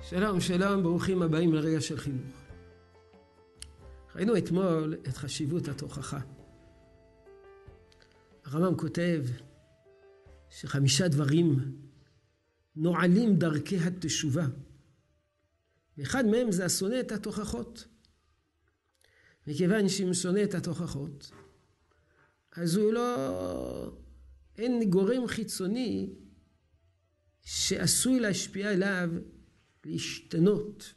שלום, שלום, ברוכים הבאים לרגע של חינוך. ראינו אתמול את חשיבות התוכחה. הרמב"ם כותב ש5 דברים נועלים דרכי התשובה. ואחד מהם זה השונא את התוכחות. מכיוון שאם שונא את התוכחות, אז אין גורם חיצוני שעשוי להשפיע עליו להשתנות.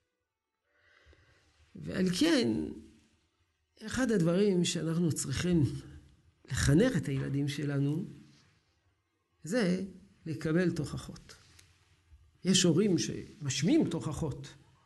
ועל כן, אחד הדברים שאנחנו צריכים לחנך את הילדים שלנו, זה לקבל תוכחות. יש הורים שמשמיעים תוכחות,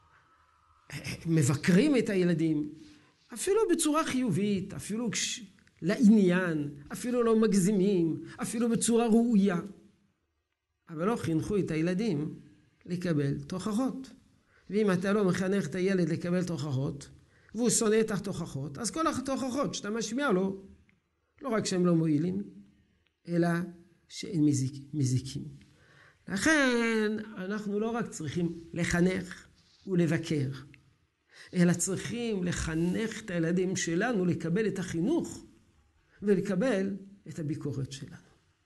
מבקרים את הילדים, אפילו בצורה חיובית, אפילו לעניין, אפילו לא מגזימים, אפילו בצורה ראויה. אבל לא חינכו את הילדים לקבל תוכחות. ואם אתה לא מחנך את הילד לקבל תוכחות, והוא שונא את התוכחות, אז כל התוכחות שאתה משמיע לו, לא רק שהם לא מועילים, אלא שהם מזיקים. לכן אנחנו לא רק צריכים לחנך ולבקר, אלא צריכים לחנך את הילדים שלנו לקבל את החינוך ולקבל את הביקורת שלנו.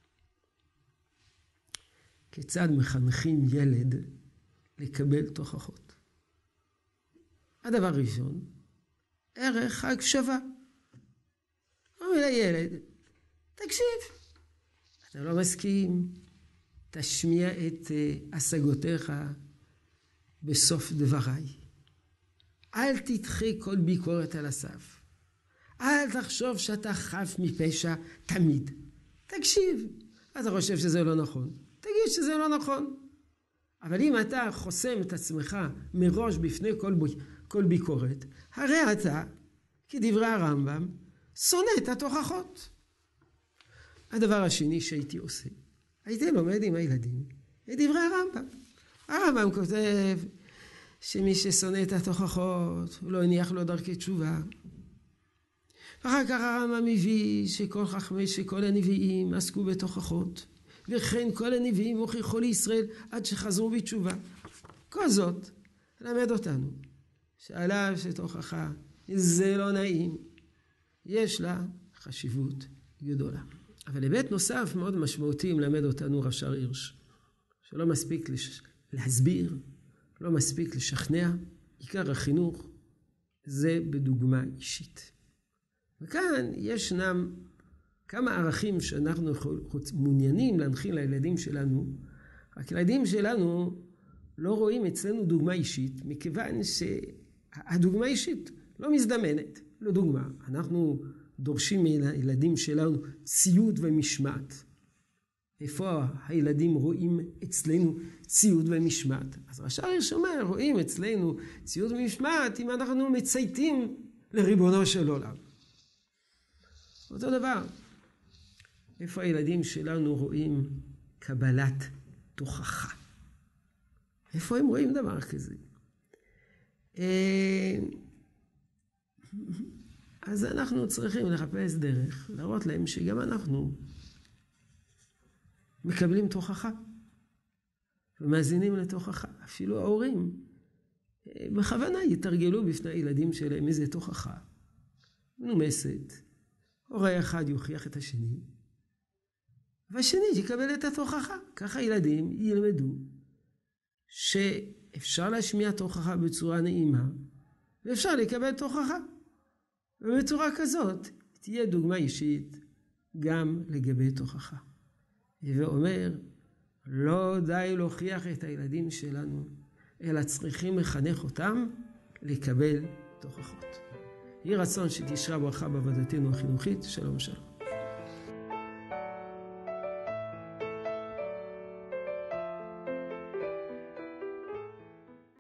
כיצד מחנכים ילד לקבל תוכחות? הדבר הראשון, ערך ההקשבה. אומר לילד, תקשיב, אתה לא מסכים, תשמיע את השגותיך בסוף דבריי. אל תדחה כל ביקורת על הסף. אל תחשוב שאתה חף מפשע תמיד. תקשיב, אתה חושב שזה לא נכון. תגיד שזה לא נכון. אבל אם אתה חוסם את עצמך מראש בפני כל ביקורת, הרי אתה, כדברי הרמב"ם, שונא את התוכחות. הדבר השני שהייתי עושה, הייתי לומד עם הילדים את דברי הרמב"ם. הרמב"ם כותב שמי ששונא את התוכחות, הוא לא הניח לו דרכי תשובה. ואחר כך הרמב"ם מביא שכל הנביאים עסקו בתוכחות. וכן כל הנביאים הוכיחו לישראל עד שחזרו בתשובה. כל זאת למד אותנו שעליו שתוכחה זה לא נעים, יש לה חשיבות גדולה. אבל היבט נוסף מאוד משמעותי מלמד אותנו רש"ר הירש, שלא מספיק להסביר, לא מספיק לשכנע, עיקר החינוך זה בדוגמה אישית. וכאן ישנם כמה ערכים שאנחנו מעוניינים להנחיל לילדים שלנו, רק הילדים שלנו לא רואים אצלנו דוגמה אישית, מכיוון שהדוגמה אישית לא מזדמנת. לדוגמה, אנחנו דורשים מהילדים שלנו ציוד ומשמעת. איפה הילדים רואים אצלנו ציוד ומשמעת? אז רש"ר הירש אומר, רואים אצלנו ציוד ומשמעת אם אנחנו מצייתים לריבונו של עולם. אותו דבר. איפה הילדים שלנו רואים קבלת תוכחה? איפה הם רואים דבר כזה? אז אנחנו צריכים לחפש דרך, להראות להם שגם אנחנו מקבלים תוכחה ומאזינים לתוכחה. אפילו ההורים בכוונה יתרגלו בפני הילדים שלהם איזה תוכחה מנומסת. הורה אחד יוכיח את השני, והשני יקבל את התוכחה. ככה ילדים ילמדו שאפשר להשמיע תוכחה בצורה נעימה, ואפשר לקבל תוכחה. ובצורה כזאת תהיה דוגמה אישית גם לגבי תוכחה. ואומר, לא די להוכיח את הילדים שלנו, אלא צריכים לחנך אותם לקבל תוכחות. יהי רצון שתשרה ברכה בעבודתנו החינוכית. שלום שלום.